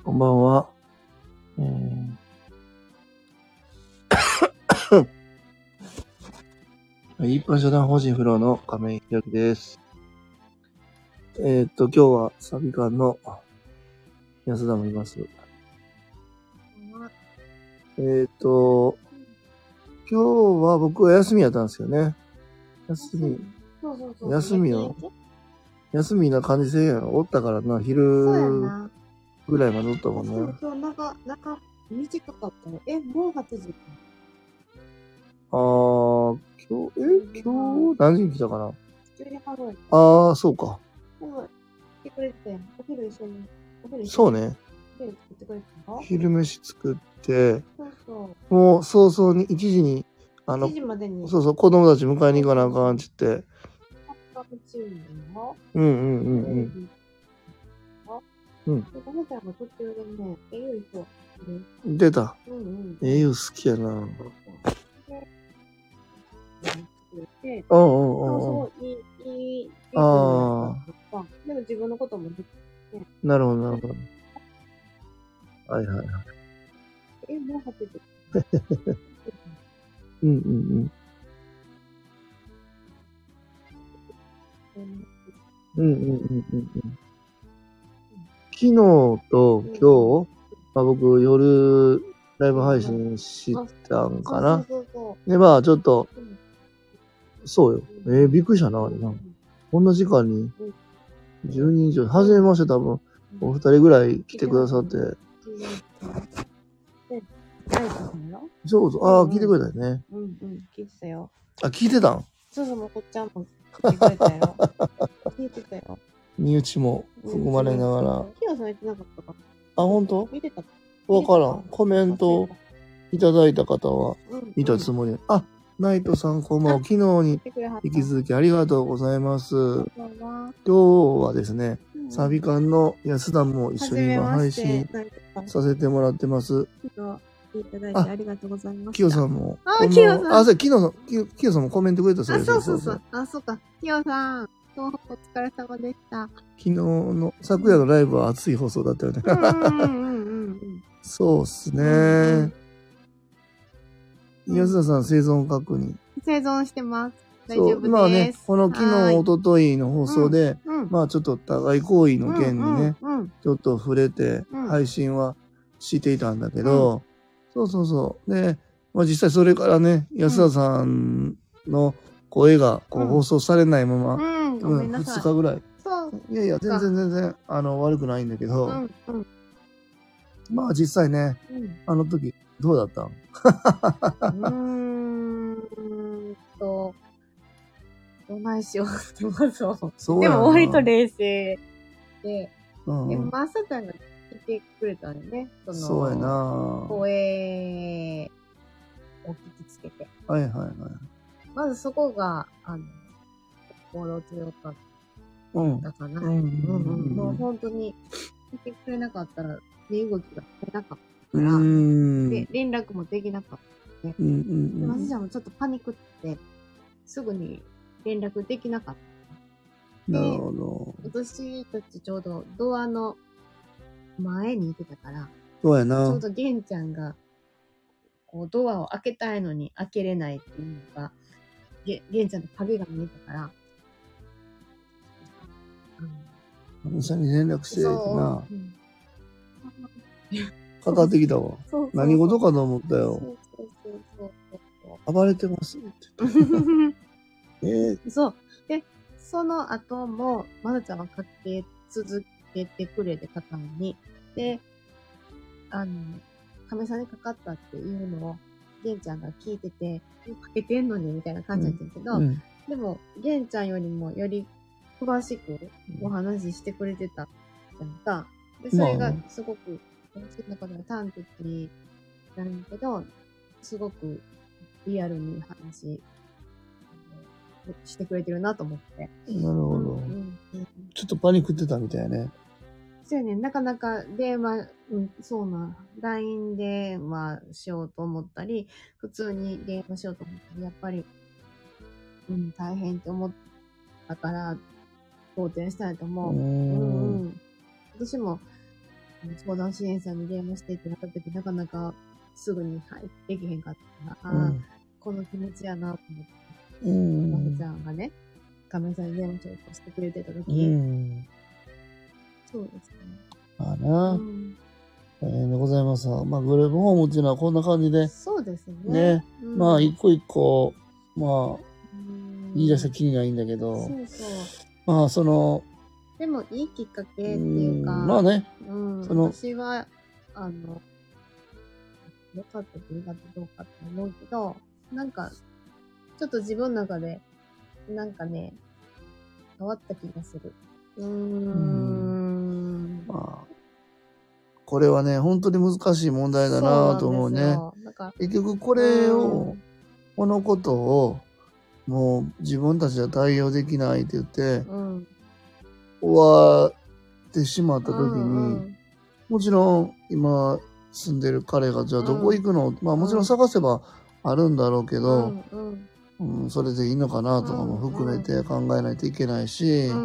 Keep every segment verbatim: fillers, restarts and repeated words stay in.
こんばんは。えー、一般社団法人フローの亀井ひろきです。えー、っと、今日はサビ館の安田もいます。えー、っと、今日は僕は休みやったんですよね。休み。 そうそうそう。 休みを。休みな感じせえやん。おったからな、昼ぐらいまでおったもんね。 今日なんか、なんか短かったよ。え、もうはちじか。 あー、今日、え、今日、何時に来たかな。 じゅうじはんぐらい。 あー、そうか。 でも、来てくれてたやん。お昼一緒に。お昼一緒に。 そうね。 昼作ってくれたの？ 昼飯作って、 そうそう。 もう早々にいちじに、あの、 いちじまでに。 そうそう、子供たち迎えに行かなあかんって言って。うんうんうんうん。うん。 ごめんなさい、途中でね、エーユー出た。 うんうん。 エーユー 好きやな。うんうんうんうん。 そうそう、いい、いい。 ああ。でも自分のこともできて。 なるほど、なるほど。はいはいはい。 え、もうはちじ。 うんうんうん。うんうんうんうんうん。昨日と今日、まあ、僕夜ライブ配信したんかな。で、まあちょっと、そうよ。えー、びっくりしたな、あれな。こんな時間にじゅうにん以上、はじめまして多分、お二人ぐらい来てくださって。そうそう、ああ、聞いてくれたよね。 うんうん、聞いてたよ。 あ、聞いてたん？ そうそう、もこちゃんも聞いてくれたよ。聞いてたよ。 身内も含まれながら。 キヨさん言ってなかったか？ あ、ほんと？ 見てた？ わからん。コメントいただいた方は見たつもり。あ、ナイトさんこんばんは。昨日に引き続きありがとうございます。今日はですね、サビ館の安田も一緒に今配信させてもらってます。 いただいてありがとうございます。 キヨさんも。 あ、キヨさん。 あ、そう、キヨさん、キヨさんもコメントくれたそうです。 あ、そうそうそう。あ、そうか。キヨさん、東北お疲れ様でした。 昨日の、昨夜のライブは熱い放送だったよね。そうっすね。安田さん、生存確認。 生存してます。大丈夫です。 まあね、この昨日、おとといの放送で、まあちょっと互い行為の件にね、ちょっと触れて、配信はしていたんだけど、そうそうそう。で、まあ実際それからね、安田さんの声がこう放送されないまま、うん、ふつかぐらい。いやいや、全然全然、あの、悪くないんだけど、まあ実際ね、あの時、どうだったん？うーんと、どないしようって思う。そう。でも割と冷静で、うん、でもマサさんが聞いてくれたんよね。その、 そうやな声を聞きつけて。 はいはいはい。 まずそこが、あの、心強かったかな。うん。うんうん、もう本当に聞いてくれなかったら、身動きが取れなかったから、で、連絡もできなかったね。うんうんうん、でマサちゃんもちょっとパニックって、すぐに連絡できなかった。 なるほど。 私たちちょうどドアの前にいてたから、 そうやな。 ちょうどゲンちゃんが、こうドアを開けたいのに開けれないっていうのが、ゲゲンちゃんの影が見えたから、 うん。一緒に連絡してな、うん、かかってきたわ。そうそうそう何事かと思ったよ。そうそうそうそう暴れてますって言って。 えー、そう。で、その後も、まなちゃんはかけ続けてくれて、肩に。で、あの、亀さんにかかったっていうのを、ゲンちゃんが聞いてて、かけてんのに、みたいな感じだったんだけど、うんうん、でも、ゲンちゃんよりもより詳しくお話ししてくれてたじゃんか。で、それがすごく、私の中では端的なんだけど、すごくリアルに話、してくれてるなと思って。 なるほど、うんうん。ちょっとパニックってたみたいね。 そうやね。なかなか電話、うん、そうな。ライン 電話しようと思ったり、普通に電話しようと思ったり、やっぱり、うん、大変って思ったから、当店したいと思う。うんうん。私も、 相談支援さんに電話してってなった時、なかなかすぐに入ってきへんかったから、 うん、 ああ、この気持ちやなと思って、 うん。 まふちゃんがね、亀井さんに電話ちょっとしてくれてた時、 うん。 そうですね。 まあな。 うん、 大変でございますわ。まあ、グループホームっていうのはこんな感じで。 そうですね。 ね。 うん、 まあ、一個一個、まあ、 うん、 言い出した気にないんだけど。 そうそう。 まあ、その、 でも、いいきっかけっていうか、 まあね。 うん、 その私は、あの、良かったって苦手どうかって思うけど、なんか、ちょっと自分の中で、なんかね、変わった気がする。うーん。 まあ、これはね、本当に難しい問題だなと思うね。 なんか結局これを、このことを、もう自分たちは対応できないって言って、うん、終わってしまった時に、うんうん、もちろん今住んでる彼がじゃあどこ行くの、うん、まあもちろん探せばあるんだろうけど、うんうんうん、それでいいのかなとかも含めて考えないといけないし、うん、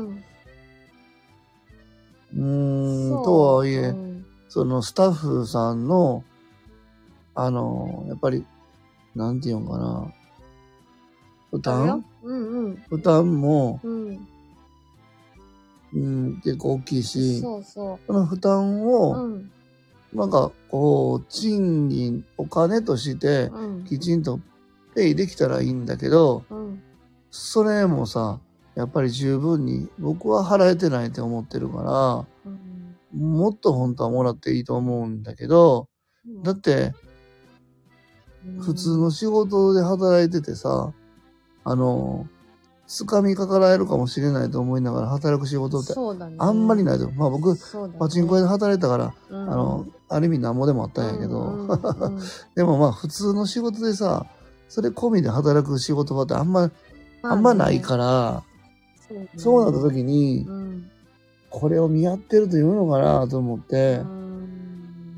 うーん、とはいえ、うん、そのスタッフさんの、あの、やっぱり、なんていうのかな、負担、うんうん、負担も、うんうん、結構大きいし、そうそう。その負担を、うん、なんか、こう、賃金、お金として、きちんとペイできたらいいんだけど、うん、それもさ、やっぱり十分に僕は払えてないって思ってるから、うん、もっと本当はもらっていいと思うんだけど、うん、だって、普通の仕事で働いててさ、あの、掴みかかられるかもしれないと思いながら働く仕事ってあんまりないと、ね、まあ僕、ね、パチンコ屋で働いたから、うん、あの、ある意味なんぼでもあったんやけど、うんうんうん、でもまあ普通の仕事でさ、それ込みで働く仕事場ってあんま、あんまないから、そうね、そうなった時に、うん、これを見合ってるというのかなと思って、うん、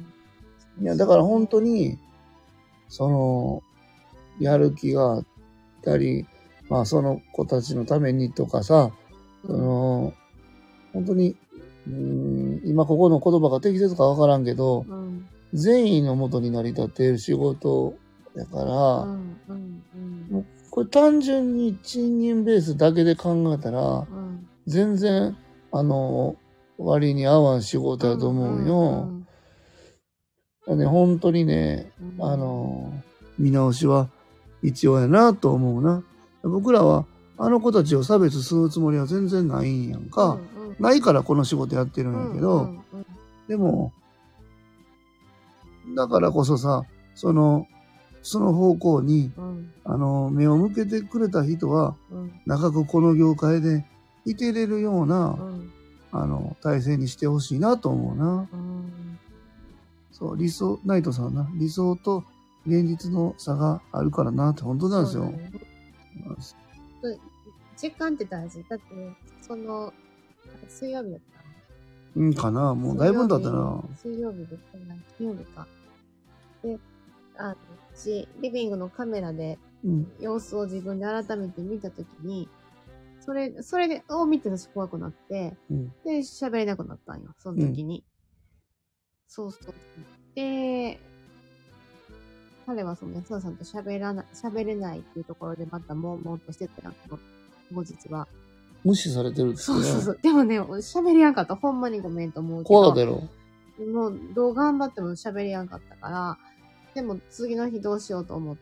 いやだから本当に、その、やる気があったり、まあその子たちのためにとかさ、うん、その本当に、うーん、今ここの言葉が適切かわからんけど、うん、善意のもとに成り立っている仕事だから、うんうんうん、もうこれ単純に賃金ベースだけで考えたら、うん、全然、あの、割に合わん仕事だと思うよ。うんうんうん、ね、本当にね、あの、見直しは必要やなと思うな。僕らはあの子たちを差別するつもりは全然ないんやんか。うんうん、ないからこの仕事やってるんやけど、うんうんうん、でも、だからこそさ、その、その方向に、うん、あの、目を向けてくれた人は、うん、長くこの業界でいてれるような、うん、あの、体制にしてほしいなと思うな。うん、そう、理想、ナイトさんはな、理想と現実の差があるからなって本当なんですよ。 時間って大事。だって、その、水曜日だった。 うんかな、もうだいぶだったな。 水曜日で、金曜日か。で、あの、うち、リビングのカメラで、様子を自分で改めて見たときに、うん、それ、それを見て私怖くなって、うん、で、喋れなくなったんよ、その時に。うん、そうそう。で、彼はその安田さんと喋らな、喋れないっていうところでまたもうもっとしてたな、後日は。 無視されてるんですね。 そうそうそう。でもね、喋りやんかった。ほんまにごめんと思うけど。 怖かったやろ。 もう、どう頑張っても喋りやんかったから、でも次の日どうしようと思って、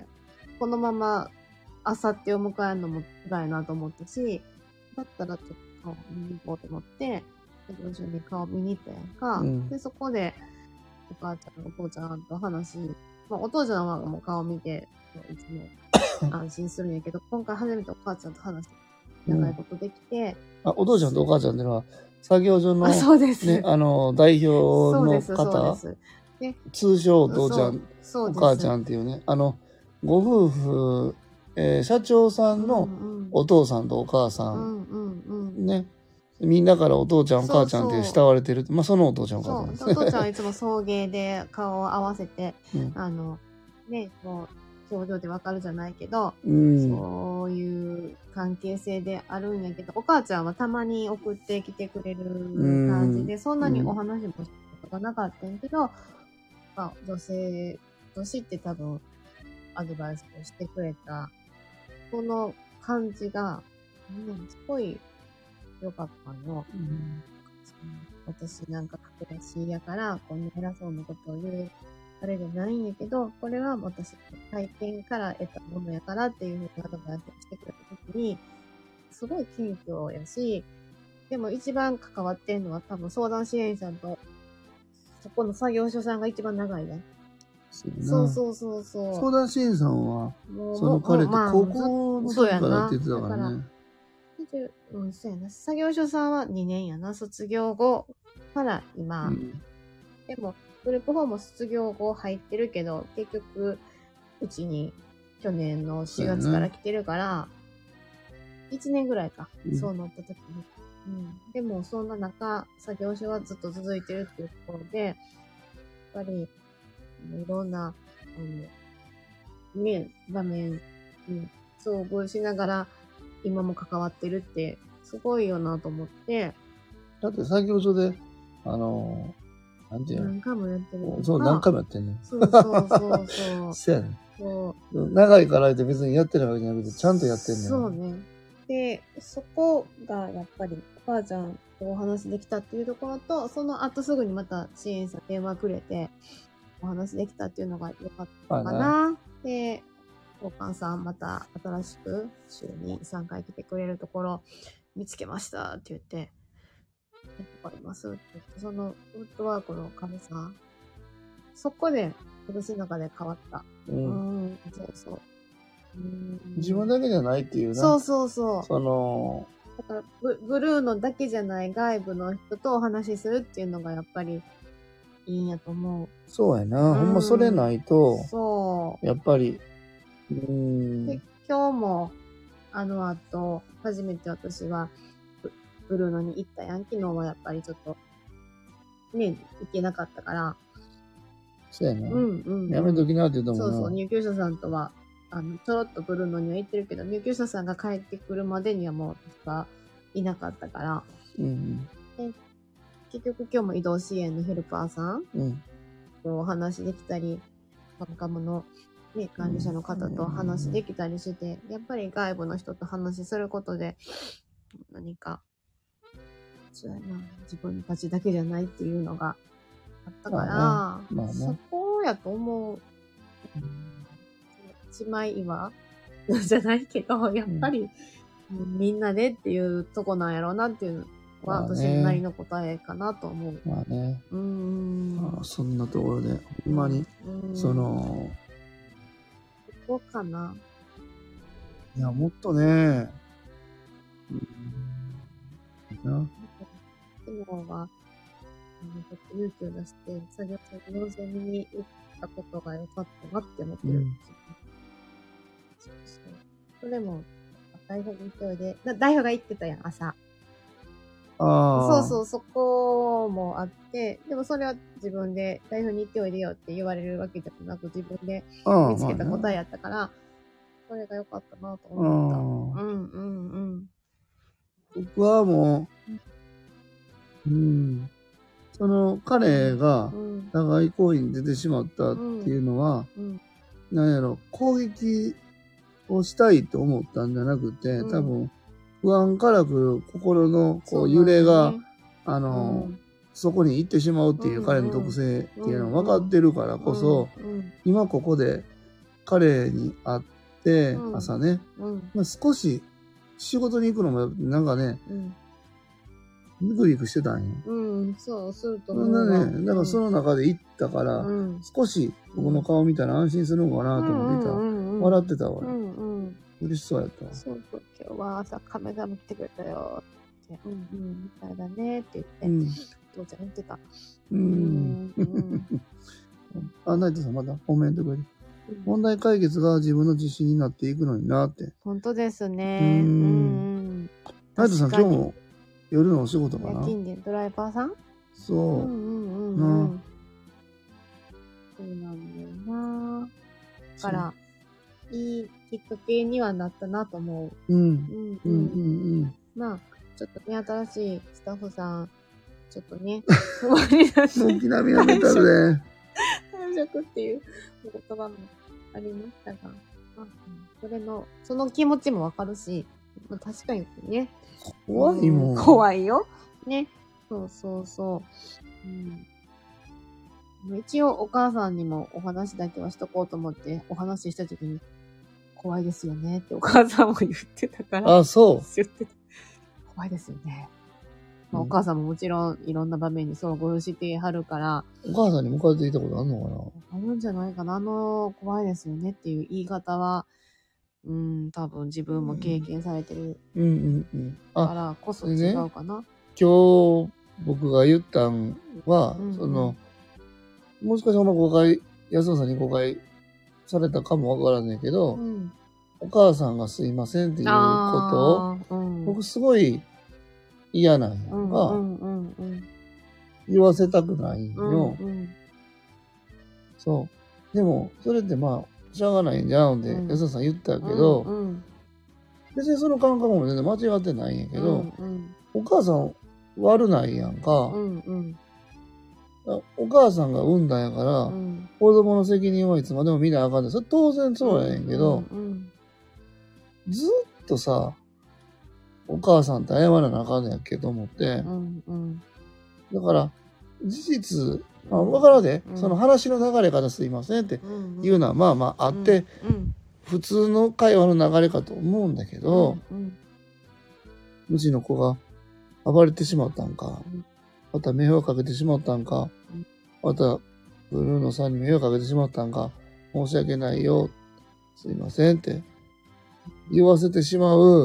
このまま、あさってを迎えるのも辛いなと思ったし、だったらちょっと顔見に行こうと思って、一緒に顔見に行ったやんか。うん、で、そこで、お母ちゃん、お父ちゃんと話、まあ、お父ちゃんはもう顔見て、いつも安心するんやけど、今回初めてお母ちゃんと話して、長いことできて、 うん、あ、お父ちゃんとお母ちゃんってのは、作業所の、 あ、そうです。 ね、あの、代表の方、そうです、そうです。通称お父ちゃん、お母ちゃんっていうね、あの、ご夫婦、えー、社長さんのお父さんとお母さん、うんうんうん、ね、みんなからお父ちゃんお母ちゃんって慕われてる。そうそう、まあそのお父ちゃんお母ちゃんですね。 そう、お父ちゃんはいつも送迎で顔を合わせて、うん、あの、ね、もう、表情でわかるじゃないけど、うん、そういう関係性であるんやけど、お母ちゃんはたまに送ってきてくれる感じで、うん、そんなにお話もしてがなかったんやけど、まあ、女性として多分、アドバイスをしてくれた、この感じが、うん、すごい良かったの。うん、私なんか駆け出しやから、こんな偉そうなことを言う、あれじゃないんやけど、これは私の体験から得たものやからっていうふうにアドバイスをしてくれたときに、すごい謙虚やし、でも一番関わってんのは多分相談支援者と、そこの作業所さんが一番長いね。そうそうそうそう。 相談支援さんは、その彼って高校の時からって言ってたからね。 うん、そうやな。作業所さんはにねんやな。卒業後から今。うん、でも、グループホーム卒業後入ってるけど、結局、うちに去年のしがつから来てるから、いちねんぐらいか。うん、そうなった時に。うん。でも、そんな中、作業所はずっと続いてるっていうところで、やっぱり、いろんな、あの、ね、場面に遭遇しながら、今も関わってるって、すごいよなと思って。 だって作業所で、あの、なんていうの？ 何回もやってる。 そう、何回もやってんねん。 そうそうそうそう。 そうやねん。そう。長いからって別にやってないわけじゃなくて、ちゃんとやってんねん。 そうね。で、そこがやっぱり、お母ちゃんとお話できたっていうところと、その後すぐにまた支援者電話くれて、お話できたっていうのが良かったかな。で、お母さんまた新しく週にさんかい来てくれるところ見つけましたって言って、わかりますって言って、そのフットワークの神さん、そこで私の中で変わった。うん。うん、そうそう。 うん自分だけじゃないっていうな。 そうそうそう。 その、 だからブ、ブルーのだけじゃない外部の人とお話しするっていうのがやっぱりいいんやと思う。 そうやな。うん、ほんまそれないと、 そう。 やっぱり、うーん。 で、今日も、あの後、初めて私はブ、ブルーノに行ったやん。昨日はやっぱりちょっと、ね、行けなかったから。 そうやな。 うんうん、うん。 やめときなって言うと思うな。 そうそう、入居者さんとは、あの、ちょろっとブルーノには行ってるけど、入居者さんが帰ってくるまでにはもう、私はいなかったから。うん、で結局今日も移動支援のヘルパーさんとお話できたり、カムカムの、ね、管理者の方と話できたりして、やっぱり外部の人と話することで、何か、そうやな、自分たちだけじゃないっていうのがあったから、まあまあね、そこやと思う。一枚岩じゃないけど、やっぱり、うん、みんなでっていうとこなんやろうなっていうのは、私なりの答えかなと思う。 まあね。 うーん。 あそんなところで、ほんまに、その、 どこかな。 いや、もっとね、うん、な。 昨日は、ちょっと勇気を出して、作業中によんせん見に行ったことが良かったなって思ってる。うん、そうそう。それも、代表に行っておいで、代表が行ってたやん、朝。あそうそう、そこもあって、でもそれは自分で代表に行っておいでよって言われるわけでもなく、自分で見つけた答えやったから、それが良かったなと思った。うんうんうん。 僕はもう、うん、その彼が加害行為に出てしまったっていうのは、うんうん、なんやろ、攻撃をしたいと思ったんじゃなくて、多分、不安から来る心のこう揺れが、ね、あの、うん、そこに行ってしまうっていう彼の特性っていうのは分かってるからこそ、うんうん、今ここで彼に会って、朝ね、うんまあ、少し仕事に行くのもなんかね、ビクビクしてたんよ。うん、そう、すると思うわ。ね、だからその中で行ったから、うん、少し僕の顔見たら安心するのかなと思ってた。笑ってたわ。うんうん嬉しそうやった。そうそう、今日は朝カメラも来てくれたよって。うんうん、みたいだねって言って、うん、父ちゃん言ってた。うん。うん、あ、ナイトさんまだコメントくれる。うん、問題解決が自分の自信になっていくのになって。本当ですね。うん。ナイトさん今日も夜のお仕事かな？夜勤でドライバーさん？そう。うんうんうん、うん。そうなんだよな。だから、いいきっかけにはなったなと思う。うん。うんうんうんうん。まあ、ちょっとね、新しいスタッフさんちょっとね、不安になって。 軒並みなメタルで。 短縮っていう言葉もありましたが、まあ、それの、その気持ちもわかるし、まあ、確かにね。 怖いもん。 怖いよ。ね。そうそうそう。うん、一応お母さんにもお話だけはしとこうと思ってお話ししたときに、怖いですよねってお母さんも言ってたから。 あ、そう。 言ってた。怖いですよね。まあ、お母さんももちろんいろんな場面に遭遇してはるから。 お母さんに向かっていたことあるのかな？あるんじゃないかな。あの、怖いですよねっていう言い方は、うん、多分自分も経験されてる。 うんうんうん。 からこそ違うかな。 ね、今日僕が言ったんは、うんうん、その、もしかしたら誤解、安野さんに誤解されたかもわからないけど、うん、お母さんがすいませんっていうことを、うん、僕すごい嫌なんやんか、うんうんうん、言わせたくないんよ、うんうん。そう。でも、それってまあ、しゃがないんじゃうんで、うん、安田さん言ったけど、うんうん、別にその感覚も全然間違ってないんやけど、うんうん、お母さん悪ないやんか、うんうん、お母さんが産んだんやから、うん、子供の責任はいつまでも見なあかんねん。それ当然そうやねんけど、うんうんうん、ずっとさ、お母さんって謝らなあかんねんやっけと思って、うんうん、だから、事実、まあ、わからんで、うん、その話の流れ方すいませんっていうのはまあまああって、うんうん、普通の会話の流れかと思うんだけど、うんうん、うちの子が暴れてしまったんか、うん、また迷惑かけてしまったんか、うん、またブルーノさんに迷惑かけてしまったんか、申し訳ないよ、すいませんって言わせてしまう、うん、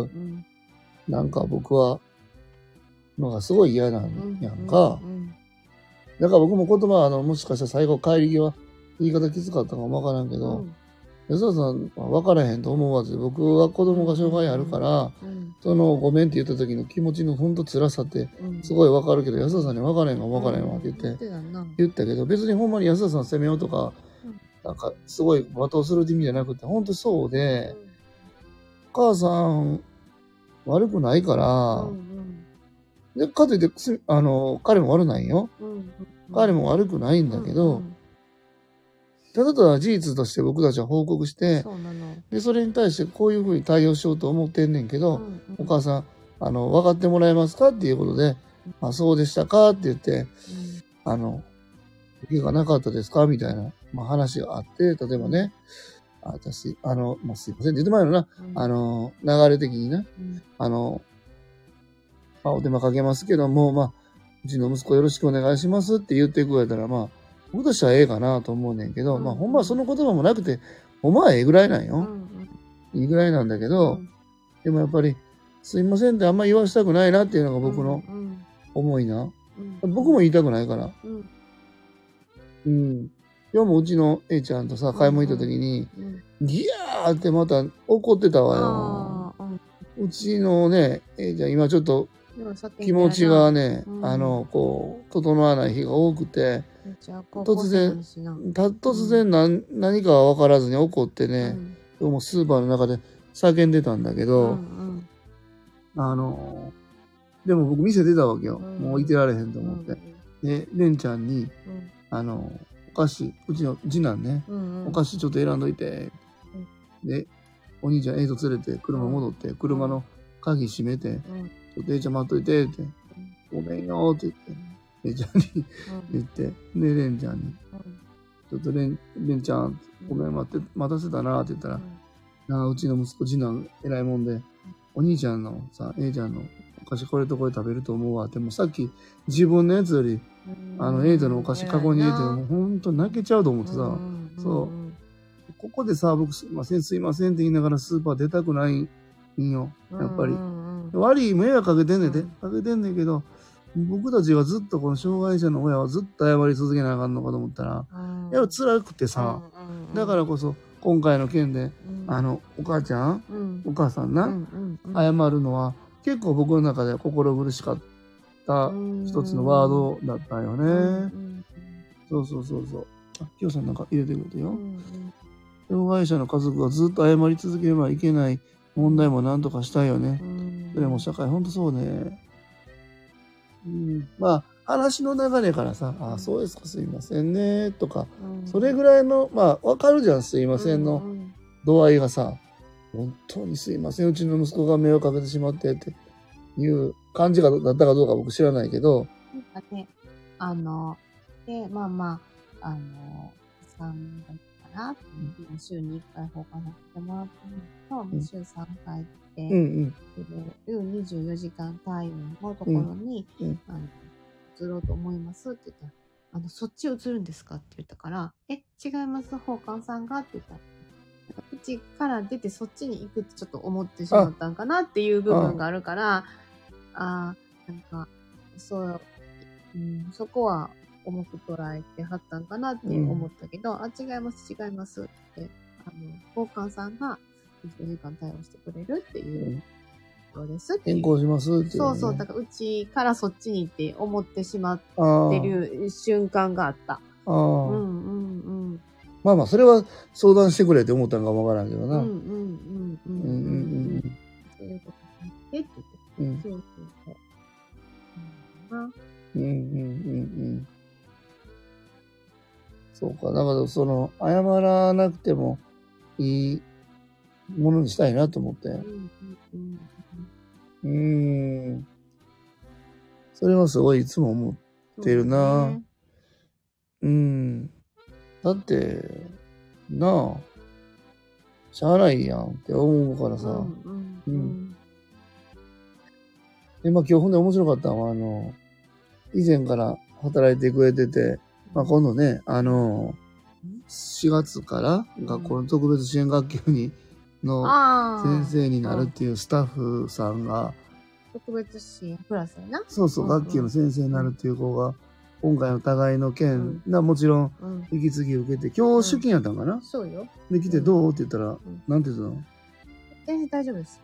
なんか僕はのがすごい嫌なんやんか、うんうんうん、だから僕も言葉はあの、もしかしたら最後帰り際、言い方きつかったかもわからんけど、うん、安田さんは分からへんと思わず、僕は子供が障害あるから、うんうん、そのごめんって言った時の気持ちのほんと辛さってすごい分かるけど、うん、安田さんに分からへんか分からへんわって言って、うん、言ったけど、別にほんまに安田さん責めようとか、うん、なんかすごい罵倒するって意味じゃなくて、ほんとそうで、うん、お母さん悪くないから、うんうん、で、かといって、あの、彼も悪ないよ。うんうんうん、彼も悪くないんだけど、うんうん、ただただ事実として僕たちは報告して、そうなの。で、それに対してこういうふうに対応しようと思ってんねんけど、うんうん、お母さん、あの、分かってもらえますかっていうことで、うん、あ、そうでしたかって言って、うん、あの、受けがなかったですかみたいな、まあ、話があって、例えばね、あ私、あの、まあ、すいませんって言ってもらえるな、うん、あの、流れ的にな、うん、あの、まあ、お手間かけますけども、まあ、うちの息子よろしくお願いしますって言ってくれたら、まあ、僕としてはええかなと思うねんけど、うん、まあ、ほんまはその言葉もなくて、ほんまはええぐらいなんよ。うんうん、いいぐらいなんだけど、うん、でもやっぱり、すいませんってあんま言わしたくないなっていうのが僕の思いな。うんうん、僕も言いたくないから。うん。うん、今日もうちの A ちゃんとさ、買い物行った時に、うんうん、ギャーってまた怒ってたわよ。うん、うちのね、A ちゃん今ちょっと、気持ちがね、うん、あの、こう、整わない日が多くて、突然、突然何、何か分からずに怒ってね、うん、もうスーパーの中で叫んでたんだけど、うんうん、あの、でも僕店出たわけよ。うん、もういてられへんと思って。うん、で、レンちゃんに、うん、あの、お菓子、うちの次男ね、うんうん、お菓子ちょっと選んどいて、うん、で、お兄ちゃん A と連れて車戻って、車の鍵閉めて、うんちょっと A ちゃん待っといてって、ごめんよって言って、A ちゃんに言って、で、レンちゃんに、ちょっとレン、レンちゃん、ごめん待って、待たせたなって言ったら、なあ、うちの息子次男偉いもんで、お兄ちゃんのさ、A ちゃんのお菓子これとこれ食べると思うわって、もうさっき自分のやつより、あの A ちゃんのお菓子カゴに入れて、もうほんと泣けちゃうと思ってさ、そう。ここでさ、僕すいませんすいませんって言いながらスーパー出たくないんよ、やっぱり。悪い迷惑かけてんねんで、かけてんねんけど、僕たちがずっとこの障害者の親はずっと謝り続けなあかんのかと思ったら、やっぱ辛くてさ、だからこそ今回の件で、あの、お母ちゃん、お母さんな、謝るのは結構僕の中では心苦しかった一つのワードだったよね。そうそうそうそう。あ、きよさんなんか入れてくれてよ。障害者の家族がずっと謝り続ければいけない問題も何とかしたいよね。それも社会ほんとそうね。うん、まあ、 話の流れからさ、あ、そうですか、すいませんね、とか、うん、それぐらいの、まあ、わかるじゃん、すいませんの度合いがさ、本当にすいません、うちの息子が迷惑かけてしまって、っていう感じがだったかどうか僕知らないけど。 なんかね、あの、で、まあまあ、あの、さんがつかな、うん、週にいっかい放課させてもらってるのと、うん、週さんかいって、うんうん、にじゅうよじかん対応のところに、うんうん、あの移ろうと思いますって言ったら、あの、そっち移るんですかって言ったから、え、違います、放課さんがって言ったら、うちから出てそっちに行くってちょっと思ってしまったんかなっていう部分があるから、ああ、なんか、そう、うん、そこは重く捉えてはったんかなって思ったけど、うん、あ、違います、違いますって、あの、交換さんがにじゅうよじかん対応してくれるっていうことですっていう。 変更しますっていう、ね。 そうそう、だからうちからそっちにって思ってしまってる瞬間があった。ああ。うんうんうん。 まあまあ、それは相談してくれって思ったのかもわからんけどな。 うんうんうんうん。うんうんうん。そういうこと言ってって言って。うん。そうそうそう。 うんうんうんうん。そうか。だからその、謝らなくてもいいものにしたいなと思って。うんうんうん。うーん。それはすごいいつも思ってるな。ね、うん。だって、なあ、しゃあないやんって思うからさ。うん。うんうん、で、まあ今日ほんで面白かったのは、あの、以前から働いてくれてて、まあ今度ね、あの、しがつから学校の特別支援学級に、の先生になるっていうスタッフさんが、 特別支援クラスやな。 そうそう、学級の先生になるっていう子が、今回の互いの件がもちろん引き継ぎ受けて、今日出勤やったんかな、 そうよ。 で、来てどうって言ったら、なんて言ったの？ 全然大丈夫です。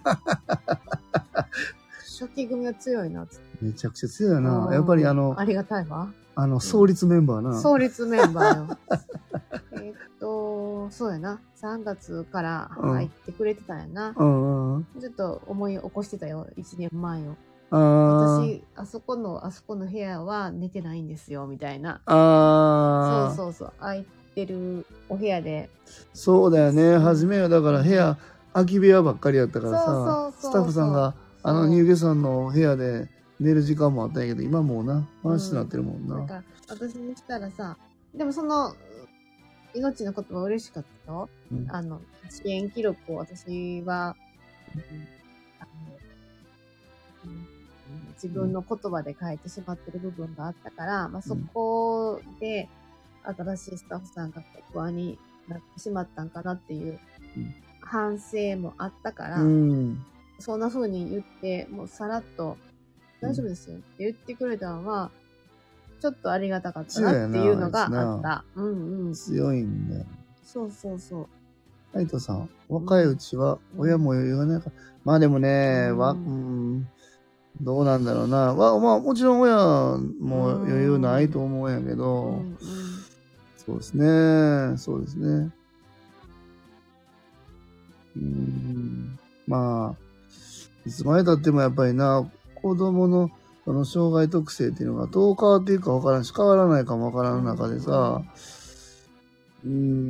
初期組は強いなっつって。 めちゃくちゃ強いな。やっぱりあの、 ありがたいわ。 あの、創立メンバーな。 創立メンバーよ。えっと、そうやな。さんがつから入ってくれてたんやな。うんうん、ちょっと思い起こしてたよ。いちねんまえを。あ私、あそこの、あそこの部屋は寝てないんですよ、みたいな。あそうそうそう。空いてるお部屋で。 そうだよね。初めはだから部屋、空き部屋ばっかりやったからさ、そうそうそうそうスタッフさんが、あの、入下さんの部屋で寝る時間もあったんやけど、今もうな、話になってるもんな。うん、 なんか、私にしたらさ、でもその、命のことは嬉しかったよ。うん、あの、支援記録を私は、うんあのうん、自分の言葉で書いてしまってる部分があったから、うん、まあ、そこで新しいスタッフさんが不安になってしまったんかなっていう反省もあったから、うん、そんな風に言って、もうさらっと大丈夫ですよって言ってくれたのは、ちょっとありがたかったなっていうのがあった。うんうん。 強いんだよ。 そうそうそう。 ハイトさん、若いうちは親も余裕がないから。うん、まあでもね、うん、わ、うん、どうなんだろうな。わまあもちろん親も余裕ないと思うんやけど、うんうん、そうですね、そうですね。うん、まあ、いつまで経ってもやっぱりな、子供のその障害特性っていうのがどう変わっていくかわからんし、変わらないかもわからん中でさ、うん、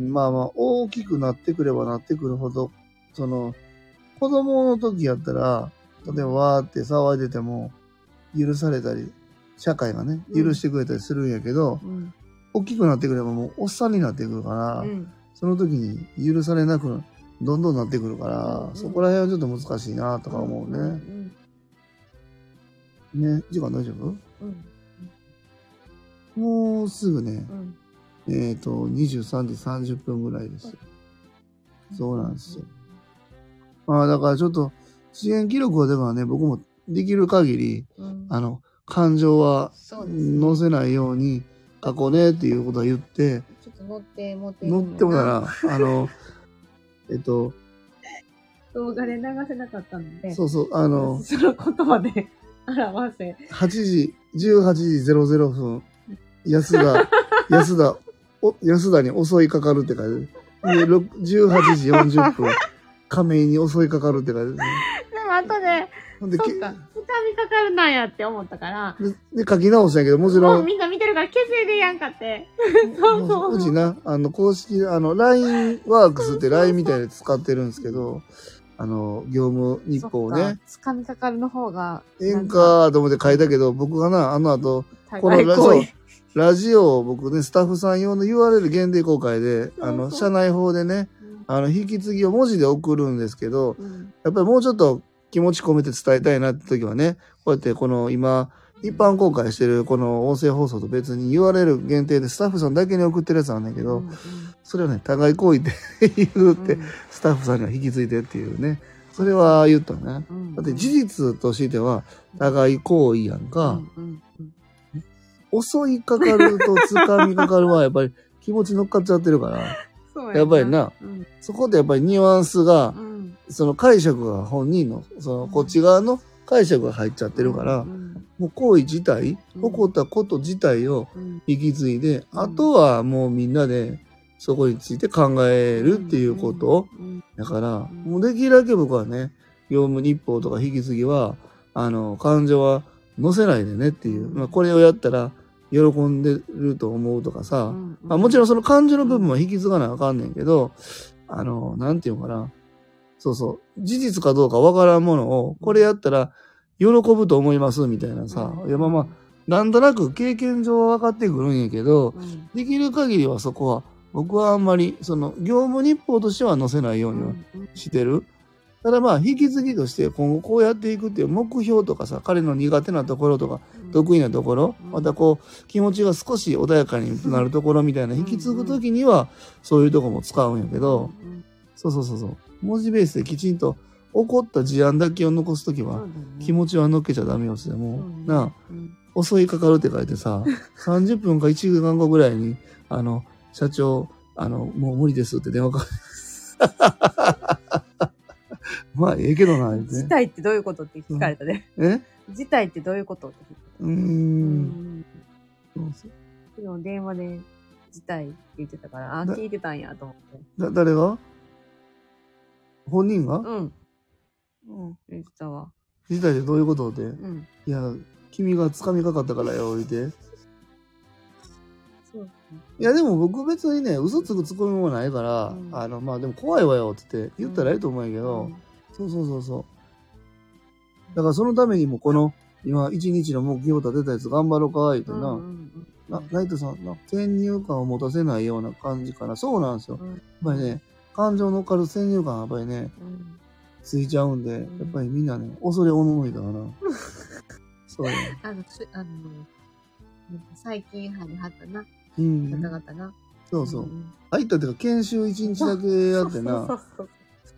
まあまあ、大きくなってくればなってくるほど、その、子供の時やったら、例えばわーって騒いでても、許されたり、社会がね、許してくれたりするんやけど、うん、大きくなってくればもうおっさんになってくるから、うん、その時に許されなく、どんどんなってくるから、うん、そこら辺はちょっと難しいなとか思うね。うんうんね、時間大丈夫？うん、もうすぐね、うん、えっと、にじゅうさんじさんじゅっぷんぐらいです。うん、そうなんですよ。まあ、だからちょっと、支援記録はでもね、僕もできる限り、うん、あの、感情は乗せないように書こうねっていうことは言って、 ちょっと乗って持って乗ってもたら、あの、えっと、 動画で流せなかったので、 そうそう、あの、 その言葉で、表せ。 はちじ、じゅうはちじゼロゼロふん、安田、安田、お、安田に襲いかかるって書いてある。で、じゅうはちじよんじゅっぷん、亀井に襲いかかるって書いてある。 でも後で、 ほんで、 そうか。つかみかかるなんやって思ったから。 で、で書き直したんやけど、もちろん。 もうみんな見てるから消せでやんかって。そうそう。 うちな、あの、公式、あの、ライン ワークスって ライン みたいで使ってるんですけど、あの、業務日報をね。 つかみかかるの方が。 ええんかーと思って書いたけど、僕がな、あの後、このラジオ、ラジオを僕ね、スタッフさん用の ユーアールエル 限定公開で、あの、社内法でね、あの、引き継ぎを文字で送るんですけど、うん、やっぱりもうちょっと気持ち込めて伝えたいなって時はね、こうやってこの今、一般公開してるこの音声放送と別に ユーアールエル 限定でスタッフさんだけに送ってるやつなんだけど、うんうん、それをね、互い行為って言うて、うん、スタッフさんには引き継いでっていうね、それは言ったね。うんうん、だって事実としては、互い行為やんか、うんうんうん、襲いかかると掴みかかるはやっぱり気持ち乗っかっちゃってるから、やっぱりな、うん、そこでやっぱりニュアンスが、うん、その解釈が本人の、そのこっち側の解釈が入っちゃってるから、うん、もう行為自体、起こったこと自体を引き継いで、うん、あとはもうみんなでそこについて考えるっていうこと。だから、もうできるだけ僕はね、業務日報とか引き継ぎは、あの、感情は乗せないでねっていう。まあ、これをやったら、喜んでると思うとかさ、うんうん、まあ、もちろんその感情の部分は引き継がなあかんねんけど、あの、なんていうのかな。そうそう。事実かどうかわからんものを、これやったら喜ぶと思いますみたいなさ。いや、まあまあ、なんとなく経験上は分かってくるんやけど、うん、できる限りはそこは、僕はあんまり、その、業務日報としては載せないようにはしてる。ただまあ、引き継ぎとして今後こうやっていくっていう目標とかさ、彼の苦手なところとか、得意なところ、またこう、気持ちが少し穏やかになるところみたいな、引き継ぐときには、そういうとこも使うんやけど、そうそうそうそう。文字ベースできちんと、起こった事案だけを残すときは、気持ちは乗っけちゃダメよって、もう、なあ、襲いかかるって書いてさ、さんじゅっぷんかいちじかんごぐらいに、あの、社長、あの、もう無理ですって電話かかる。まあ、ええけどな、ね。 事態ってどういうことって聞かれたね。 うん、え事態ってどういうことって聞いた。 うーん。 そうそう。昨日電話で事態って言ってたから、あ、聞いてたんやと思って。 だ、誰が本人がうん。うん。言ってたわ。 事態ってどういうことで、うん、いや、君が掴みかかったからよ、言って。そう。いや、でも僕別にね、嘘つくつこみもないから、うん、あの、まあでも怖いわよって言って言ったらいいと思うんやけど、うん、そうそうそうそう。だからそのためにもこの、今一日の目標立てたやつ頑張ろうか、言ってな。うんうんうん、な、ナイトさんな、先入観を持たせないような感じかな。そうなんですよ。うん、やっぱりね、感情乗っかる先入観はやっぱりね、うん、ついちゃうんで、やっぱりみんなね、恐れおののいだからな。そうや、ね。あの、あの、最近入りはったな。うん。方々な。そうそう。うん、入ったっていうか、研修一日だけやってな。そうそうそう。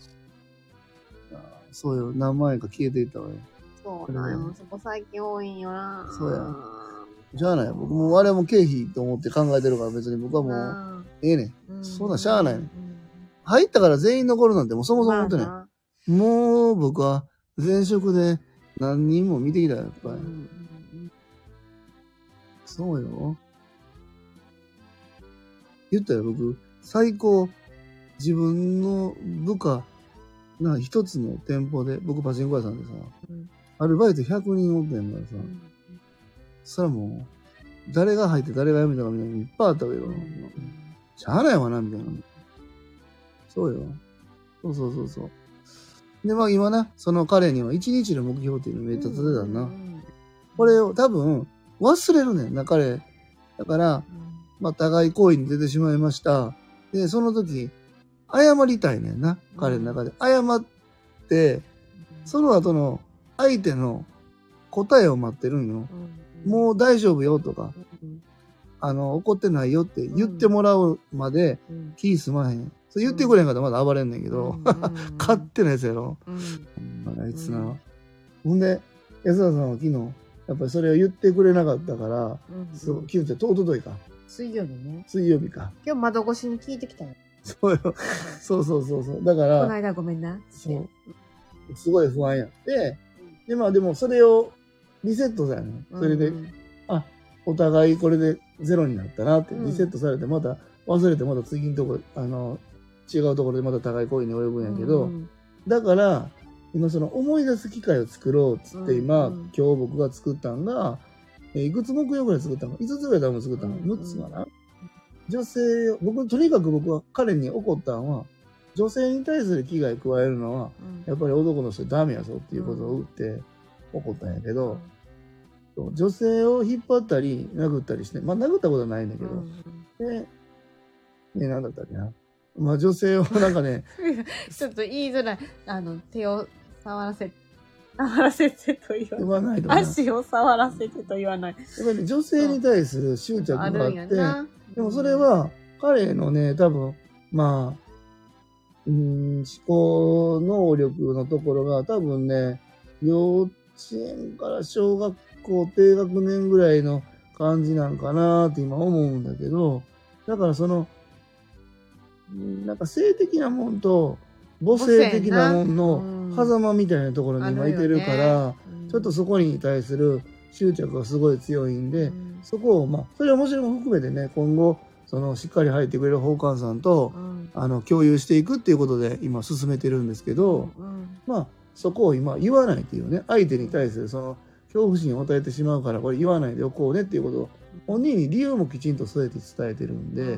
そうよ、何万円か消えていったわよ。 そうなんよ。そこ最近多いんよな。 そうや。しゃあない。僕もあれも経費と思って考えてるから別に僕はもう、ええねん。そんなんしゃあないねん。入ったから全員残るなんてもうそもそも思ってない。もう僕は前職で何人も見てきたよ、やっぱり。そうよ。言ったよ、僕。最高、自分の部下、な、一つの店舗で、僕パチンコ屋さんでさ、うん、アルバイトひゃくにんおってんからさ、うん、そしたらもう、誰が入って誰が辞めたかみたいなのいっぱいあったけど、うん、しゃあないわな、みたいな。そうよ。そうそうそうそう。で、まあ今な、その彼には一日の目標っていうのめっちゃ立てたな。うん、これを多分、忘れるねんな、彼。だから、まあ互い行為に出てしまいました。で、その時、謝りたいねんな、彼の中で。謝って、その後の相手の答えを待ってるんよ。もう大丈夫よとか、あの、怒ってないよって言ってもらうまで気済まへん。そう言ってくれへんかったらまだ暴れんねんけど、勝手なやつやろ。あいつな。ほんで、安田さんは昨日、やっぱりそれを言ってくれなかったから、そう、昨日っておとといか。 水曜日ね。 水曜日か。 今日窓越しに聞いてきたよ。 そうよ。そうそうそうそう。だから。 この間ごめんな。 そう。すごい不安やって。で、まあでもそれをリセットさやね。それで、うんうん、あ、お互いこれでゼロになったなって、リセットされて、また忘れてまた次のところ、あの、違うところでまた互い行為に及ぶんやけど、うんうん、だから、 今その思い出す機会を作ろうっつって、今、うんうん、今日僕が作ったんが、えー、いくつ目標ぐらい作ったの ?いつ つぐらい多分作ったの、うんうん、むっつかな。女性、僕、とにかく僕は彼に怒ったのは、女性に対する危害加えるのは、うん、やっぱり男の人ダメやぞっていうことを言って怒ったんやけど、うん、女性を引っ張ったり殴ったりして、まあ殴ったことはないんだけど、うん、で、ね、なんだったっけな。まあ女性をなんかね、 ちょっと言いづらい。あの、手を触らせて。触らせてと言わない。言わないと足を触らせてと言わない。 やっぱり女性に対する執着があって、でもそれは彼のね、多分、まあ、うーん、思考能力のところが多分ね、幼稚園から小学校低学年ぐらいの感じなんかなって今思うんだけど、だからその、なんか性的なもんと母性的なもんの狭間みたいなところに今いてるから、ねうん、ちょっとそこに対する執着がすごい強いんで、うん、そこをまあそれはもちろん含めてね今後そのしっかり入ってくれる法官さんと、うん、あの共有していくっていうことで今進めてるんですけど、うん、まあそこを今言わないっていうね相手に対するその恐怖心を与えてしまうからこれ言わないでおこうねっていうことを本人に理由もきちんと添えて伝えてるんで、うんうん、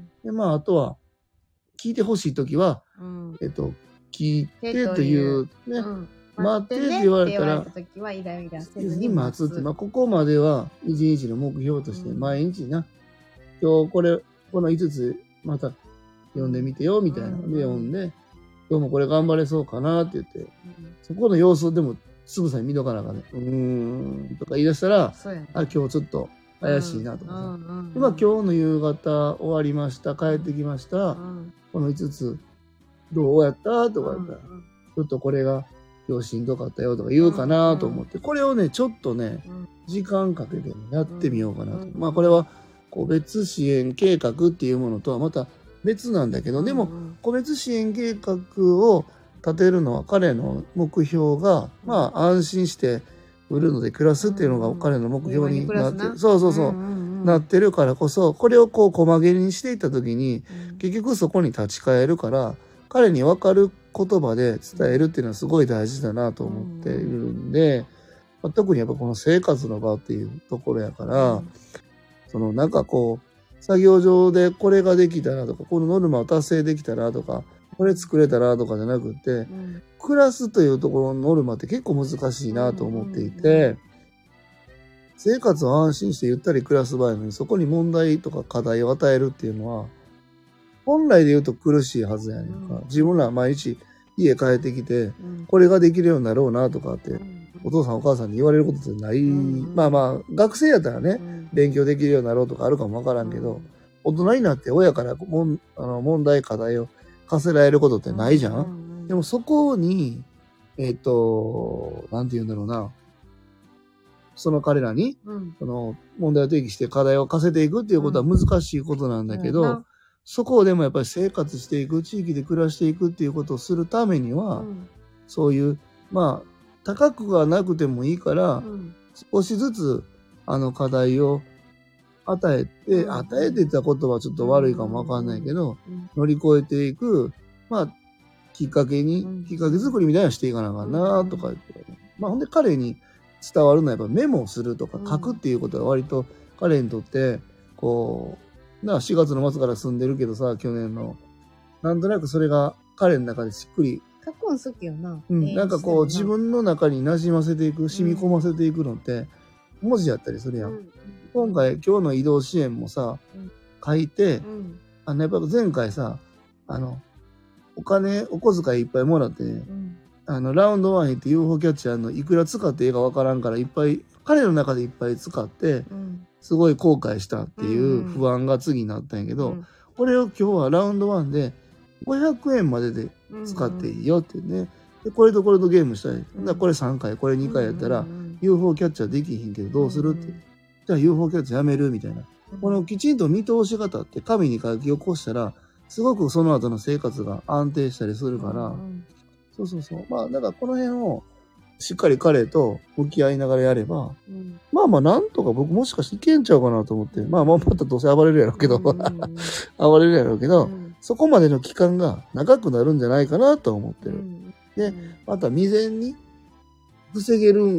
でまああとは聞いてほしいときは、うん、えっと、聞いてという、ね、うん、待ってって言われたら、次待つって、まあ、ここまでは一日の目標として、毎日な、今日これ、このいつつ、また読んでみてよ、みたいな。で、読んで、今日もこれ頑張れそうかなって言って、そこの様子をでも、つぶさに見とかなあかんね。うーん、とか言い出したら、ね、あ、今日ちょっと怪しいなとかさ。うんうんうん、で、まあ、今日の夕方終わりました、帰ってきました。うんこのいつつ、どうやったとか言ったら、うんうん、ちょっとこれが今日しんどかったよとか言うかなと思って、うんうん、これをね、ちょっとね、うん、時間かけてやってみようかなと。うんうん、まあこれは、個別支援計画っていうものとはまた別なんだけど、うんうん、でも、個別支援計画を立てるのは彼の目標が、まあ安心して売るので暮らすっていうのが彼の目標になって、うんうん、そうそうそう。うんうんなってるからこそ、これをこう細切りにしていったときに、うん、結局そこに立ち返るから、彼に分かる言葉で伝えるっていうのはすごい大事だなと思っているんで、まあ、特にやっぱこの生活の場っていうところやから、うん、そのなんかこう、作業上でこれができたらとか、このノルマを達成できたらとか、これ作れたらとかじゃなくて、うん、暮らすというところのノルマって結構難しいなと思っていて、うんうんうん生活を安心してゆったり暮らす場合にそこに問題とか課題を与えるっていうのは本来で言うと苦しいはずやねんか、うん、自分ら毎日家帰ってきて、うん、これができるようになろうなとかって、うん、お父さんお母さんに言われることってない、うん、まあまあ学生やったらね、うん、勉強できるようになろうとかあるかもわからんけど、うん、大人になって親からもんあの問題課題を課せられることってないじゃん、うん、でもそこにえっとなんて言うんだろうなその彼らに、うん、その問題を提起して課題を課せていくっていうことは難しいことなんだけど、うん、そこをでもやっぱり生活していく、地域で暮らしていくっていうことをするためには、うん、そういう、まあ、高くはなくてもいいから、うん、少しずつ、あの課題を与えて、うん、与えて言った言葉はちょっと悪いかもわかんないけど、うん、乗り越えていく、まあ、きっかけに、きっかけ作りみたいなのしていかなあかんなとか言って、まあ、ほんで彼に、伝わるのはやっぱメモをするとか書くっていうことが割と彼にとってこうなしがつの末から住んでるけどさ去年のなんとなくそれが彼の中でしっくり書くん好きよな、 うん、なんかこう自分の中に馴染ませていく染み込ませていくのって文字やったりするやん、うん、今回今日の移動支援もさ、うん、書いて、うん、あのやっぱ前回さあのお金お小遣いいっぱいもらって、ねうんあの、ラウンドワン行って ユーフォー キャッチャーのいくら使っていいかわからんからいっぱい、彼の中でいっぱい使って、すごい後悔したっていう不安が次になったんやけど、うんうん、これを今日はラウンドワンでごひゃくえんまでで使っていいよってね。で、これとこれとゲームしたい。だこれさんかい、これにかいやったら、ユーフォー キャッチャーできひんけどどうするって。じゃあ ユーフォー キャッチャーやめるみたいな。このきちんと見通し方って紙に書き起こしたら、すごくその後の生活が安定したりするから、そうそうそう。まあ、だからこの辺をしっかり彼と向き合いながらやれば、うん、まあまあなんとか僕もしかしていけんちゃうかなと思って、まあまあまたどうせ暴れるやろうけど、うんうんうん、暴れるやろうけど、うん、そこまでの期間が長くなるんじゃないかなと思ってる。うん、 で、また未然に防げる、うん、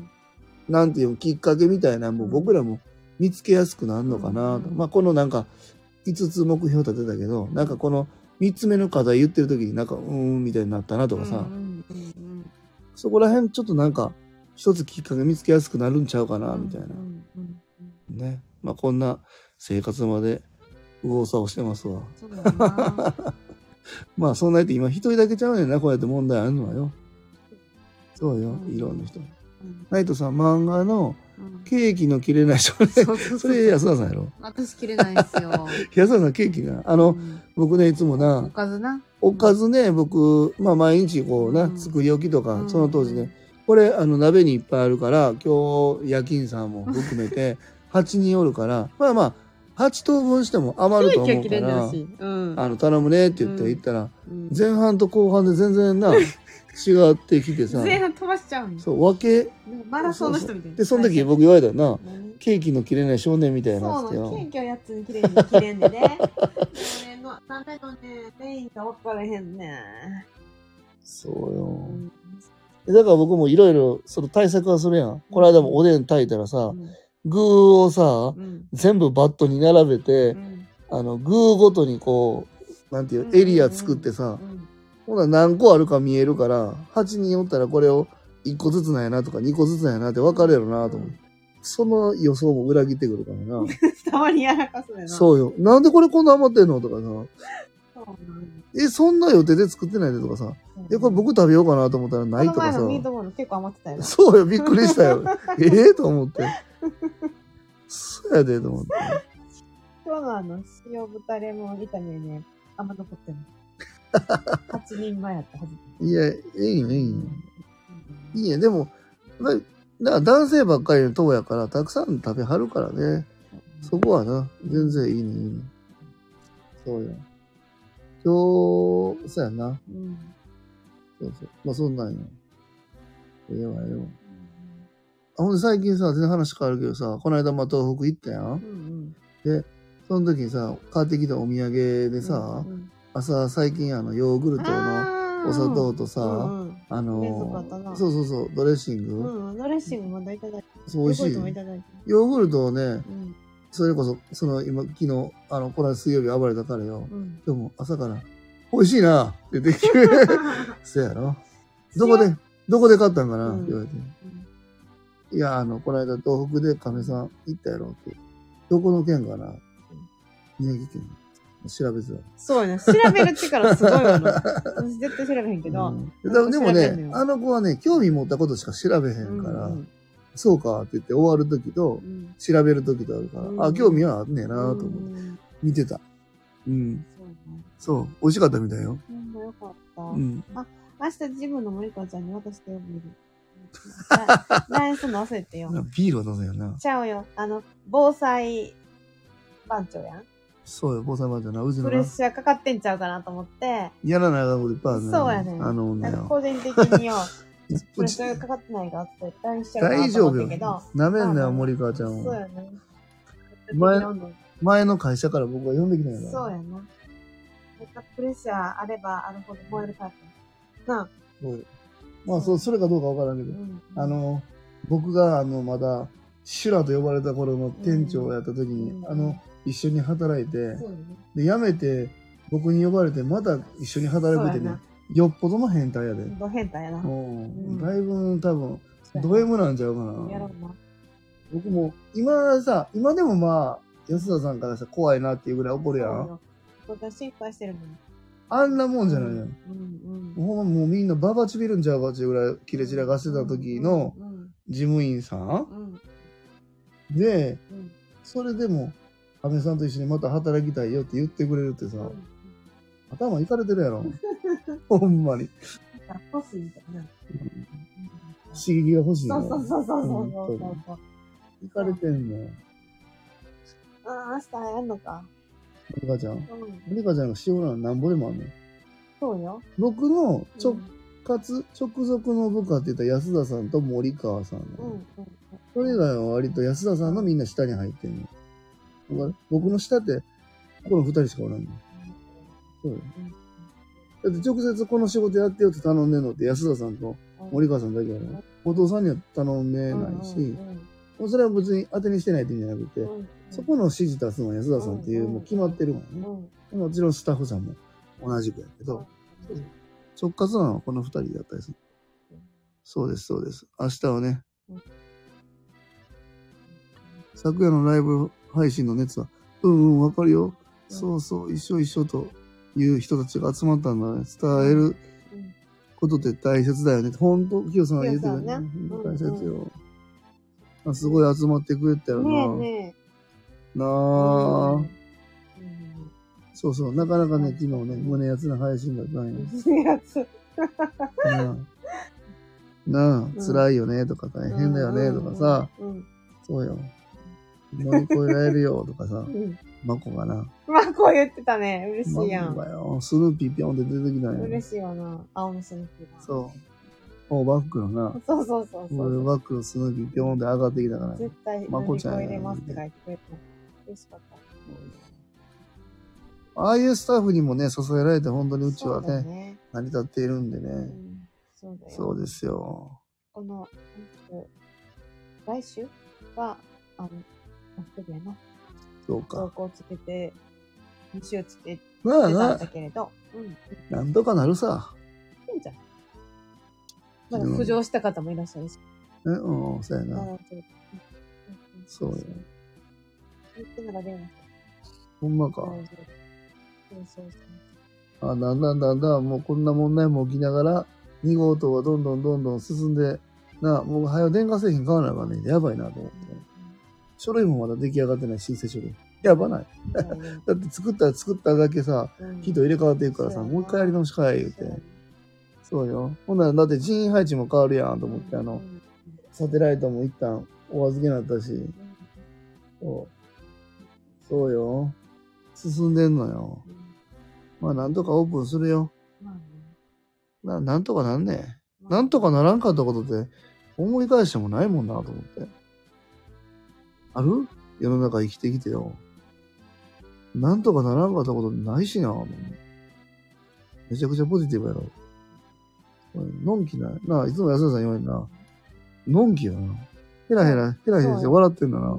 なんていうきっかけみたいな、もう僕らも見つけやすくなるのかなと。うん、まあ、このなんか、いつつ目標立てたけど、なんかこのみっつめの課題言ってる時になんか、うーん、みたいになったなとかさ、そこら辺ちょっとなんか、一つきっかけ見つけやすくなるんちゃうかな、みたいな。ね。まあ、こんな生活まで右往左往してますわ。そうだな。まあ、そんなやって今一人だけちゃうねんな、こうやって問題あるのはよ。そうよ、いろんな人。ナイトさん、漫画のケーキの切れない少年。それ安田さんやろ。 私切れないんですよ。 安田さんケーキな。あの、うん、僕ね、いつもな。 おかずな。 おかずね、僕、まあ毎日こうな、うん、作り置きとか、その当時ね、これ、あの、鍋にいっぱいあるから、今日、夜勤さんも含めて、はちにんおるから、まあまあ、はち等分しても余ると思うから、うん、あの、頼むねって言って言ったら、うん、前半と後半で全然な、違ってきてさ。 前半飛ばしちゃうの。 そう、分け。 マラソンの人みたいな。 で、その時僕言われたよな、ケーキの切れない少年みたいなってよ。そう、ケーキをやつに切れんで切れんでね。少年のためのね、メインが分からへんね。 そうよ。うん、だから僕もいろいろ、その対策はするやん。この間もおでん炊いたらさ、うん、具をさ、うん、全部バットに並べて、うん、あの、具ごとにこう、なんていう、エリア作ってさ、うんうんうん、ほな何個あるか見えるから、はちにんおったらこれをいっこずつなんやなとかにこずつなんやなって分かるやろなと思う。うん、その予想も裏切ってくるからな。 たまにやらかすねな。 そうよ。なんでこれこんな余ってんのとかさ。え、そんな予定で作ってないでとかさ。え、これ僕食べようかなと思ったらないとかさ。 この前のミートボール結構余ってたよな。 そうよ、びっくりしたよ。ええと思って。そうやでと思って。 今日のあの、塩豚レモン炒めね、あんま残ってない。はちにんまえやったはず。 いや、いいよ、いいよ。いいや、でも、だから男性ばっかりの党やから、たくさん食べはるからね。そこはな、全然いいね、いいね。そうや。今日、そうやな。うん。そうそう。まあ、そんなんよ。ええわ、ええわ。あ、ほんで最近さ、全然話変わるけどさ、この間また東北行ったやん。うんうん、で、その時にさ、買ってきたお土産でさ、うんうん、朝最近あの、ヨーグルトのお砂糖とさ、うんうん、あのー、そうそうそう、ドレッシング。 うん、ドレッシングまだいただいて。 そう、美味しい。ヨーグルトをね、うん、それこそ、その今、昨日、あの、この間水曜日暴れたからよ。うん、でも朝から、美味しいなって言ってきて、そうやろ。どこで、どこで買ったんかな、うん、って言われて。いや、あの、この間東北で亀さん行ったやろって。どこの県かな、宮城県。調べずは。 そうやね。調べる力すごいわな。私絶対調べへんけど。 うん、でもね、あの子はね、興味持ったことしか調べへんから、うんうん、そうかって言って終わるときと、うん、調べるときとあるから、うん、あ、興味はあんねえなと思って、見てた。うん。そう、美味しかったみたいよ。 うん、よかった。うん。あ、明日自分の森川ちゃんに渡してよ、ビール。ラインすんの忘れてよ。 ビールはどうだよな。 ちゃうよ。あの、防災番長やん。 そうよ、防災番長な。うちのプレッシャーかかってんちゃうかなと思って。 やらないあかんこといっぱいあるね。 そうやね。 あの女よ。 個人的によ、プレッシャーかかってないかって ライン しちゃうかなと思ったけど。大丈夫よ。なめんなよ、森川ちゃんを。 そうやね。 前、前の会社から僕が呼んできたんやから。 そうやな。プレッシャーあればあるほど燃えるタイプ。なあ。 そうよ。まあ、そ、それかどうかわからんけど、うん、あの、僕が、あの、まだ、修羅と呼ばれた頃の店長をやった時に、うん、あの、一緒に働いて、うん、で、辞めて、僕に呼ばれて、また一緒に働くってね、よっぽどの変態やで。 ド変態やな。うん。だいぶ、多分、ド M なんちゃうかな。やろうな。僕も、今さ、今でもまあ、安田さんからさ、怖いなっていうぐらい怒るやん。 私心配してるもん。 あんなもんじゃないやん。うんうん、もうもうみんなババちびるんちゃうかっていうぐらいキレ散らかしてた時の事務員さん、うん、で、うん、それでも、安倍さんと一緒にまた働きたいよって言ってくれるってさ、うん、頭いかれてるやろ。ほんまに。 欲しいみたいな。 刺激が欲しいの。そうそうそうそうそうそう。 いかれてんの。 ああ、明日やんのか。 森川ちゃん、うん、森川ちゃんがしようならなんぼでもあんの。 そうよ。 僕の直轄、うん、直属の部下って言ったら安田さんと森川さんなの、うんうん、それ以外は割と安田さんのみんな下に入ってんの。だから僕の下ってこの二人しかおらんの。そうよ。 だって直接この仕事やってよって頼んでんのって安田さんと森川さんだけやろ。お父さんには頼んでないし、もうそれは別に当てにしてないって意味じゃなくて、うんうん、そこの指示出すのは安田さんっていう、もう決まってるからね、うんうん。もちろんスタッフさんも同じくやけど、うん、直轄なのはこの二人だったりする。うん、そうです、そうです。明日はね、うん、昨夜のライブ配信の熱は、うんうん、わかるよ。うん、そうそう、一緒一緒という人たちが集まったんだね。伝えることって大切だよね。ほんと、キヨさんが言ってたね。大切よ。うんうんあすごい集まってくれたよな。ねえねえ。なあ、うん。そうそう。なかなかね、昨日ね、胸やつな配信だったんよ。胸やつ。なあ、なあ、辛いよねとか大変だよねとかさ。そうよ。乗り越えられるよとかさ。マコがな。 マコ言ってたね。嬉しいやん。 マコがよ。スヌーピーピョンって出てきたんよ。 嬉しいわな。青のスヌーピーが。 そう。おバックのな。そうそうそうそう。バックのスヌーピーピョンで上がってきたから。 絶対乗り越えれますって書いてくれた。嬉しかった。 ああいうスタッフにもね、支えられて本当にうちはね、ね成り立っているんでね。うん、そうだよ。そうですよ。 この、来週は、あの、一人やな。 そうか。 投稿つけて、に週つけてたんだけれど。 うん。なんとかなるさ。 いいんじゃん。まだ浮上した方もいらっしゃるし。 え、うん、そうやな。そうよ。 言ってなら電話。 ほんまか。そうそうそう。あ、だんだんだんだん、もうこんな問題も起きながら、に号棟はどんどんどんどん進んで、な、もう早電化製品買わなあかんねん。やばいなと思って。書類もまだ出来上がってない申請書類。やばない。だって作ったら作っただけさ、人入れ替わっていくからさ、もう一回やり直しかい言うて。そうよ。ほんならだって人員配置も変わるやんと思って、あの、サテライトも一旦お預けになったし。そう。そうよ。進んでんのよ。まあなんとかオープンするよ。な、なんとかなんねん。なんとかならんかったことって思い返してもないもんなと思って。ある？世の中生きてきてよ。なんとかならんかったことないしな。めちゃくちゃポジティブやろ。のんきな、なあ、いつも安田さん言われるな。のんきやな。ヘラヘラ、ヘラヘラして笑ってんだな。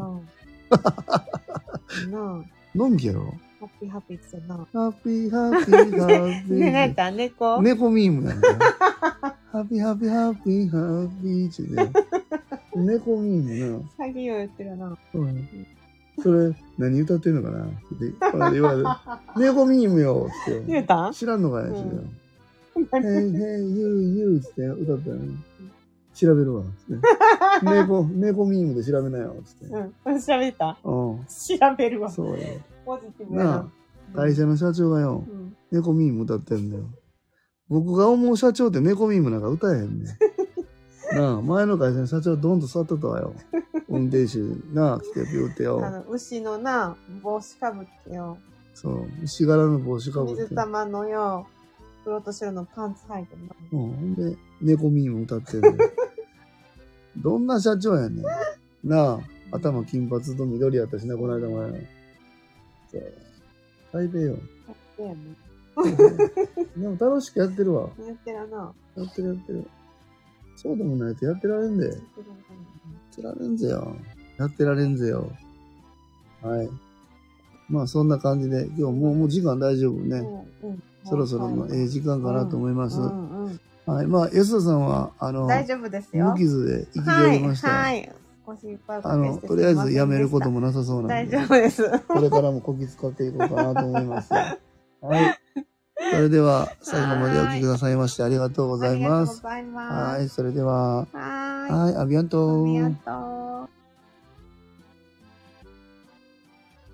のんきやろ。 ハッピーハッピーって言ってたな。 ハッピーハッピーハッピー。 ね、なんやった猫猫ミームやんか。ハッピーハッピーハッピーハッピーって言って。猫ミームな。 最近よう言ってるな。 うん。それ、何歌ってんのかなって言われて。猫ミームよって。 言うた知らんのかね、知らん。Hey, hey, you, you って歌ったよね。調べるわ。猫、猫ミームで調べなよ。つって。 うん。調べたうん。調べるわ。 そうよ。 ポジティブやな。なあ、 会社の社長がよ、うん、猫ミーム歌ってんだよ。僕が思う社長って猫ミームなんか歌えへんねん。なあ、前の会社の社長どんと座ってたわよ。運転手、なあ、来て言うてよ。 あの、牛のな、帽子かぶってよ。 そう、牛柄の帽子かぶって。 水玉のよ、黒と白のパンツ履いてるの。うん、ほんで、猫ミーム歌ってんねん。どんな社長やねん。なあ、頭金髪と緑やったしな、この間前。そう。最低よ。最低やね。でも楽しくやってるわ。 やってるな。 やってるやってる。そうでもないとやってられんで。やってられんぜよ。やってられんぜよ。はい。まあそんな感じで、今日もう、もう時間大丈夫ね。うんうん、そろそろのええ時間かなと思います。うんうんうん、はい。まあ、安田さんは、あの、 大丈夫ですよ。 無傷で生きておりました。はい。はいご心配あの、とりあえずやめることもなさそうなんで。 大丈夫です。 これからもこき使っていこうかなと思います。はい。それでは、最後までお聞きくださいましてありがとうございます。 ありがとうございます。 はい。それでは、 はい。 はい。アビアント。 アビアント。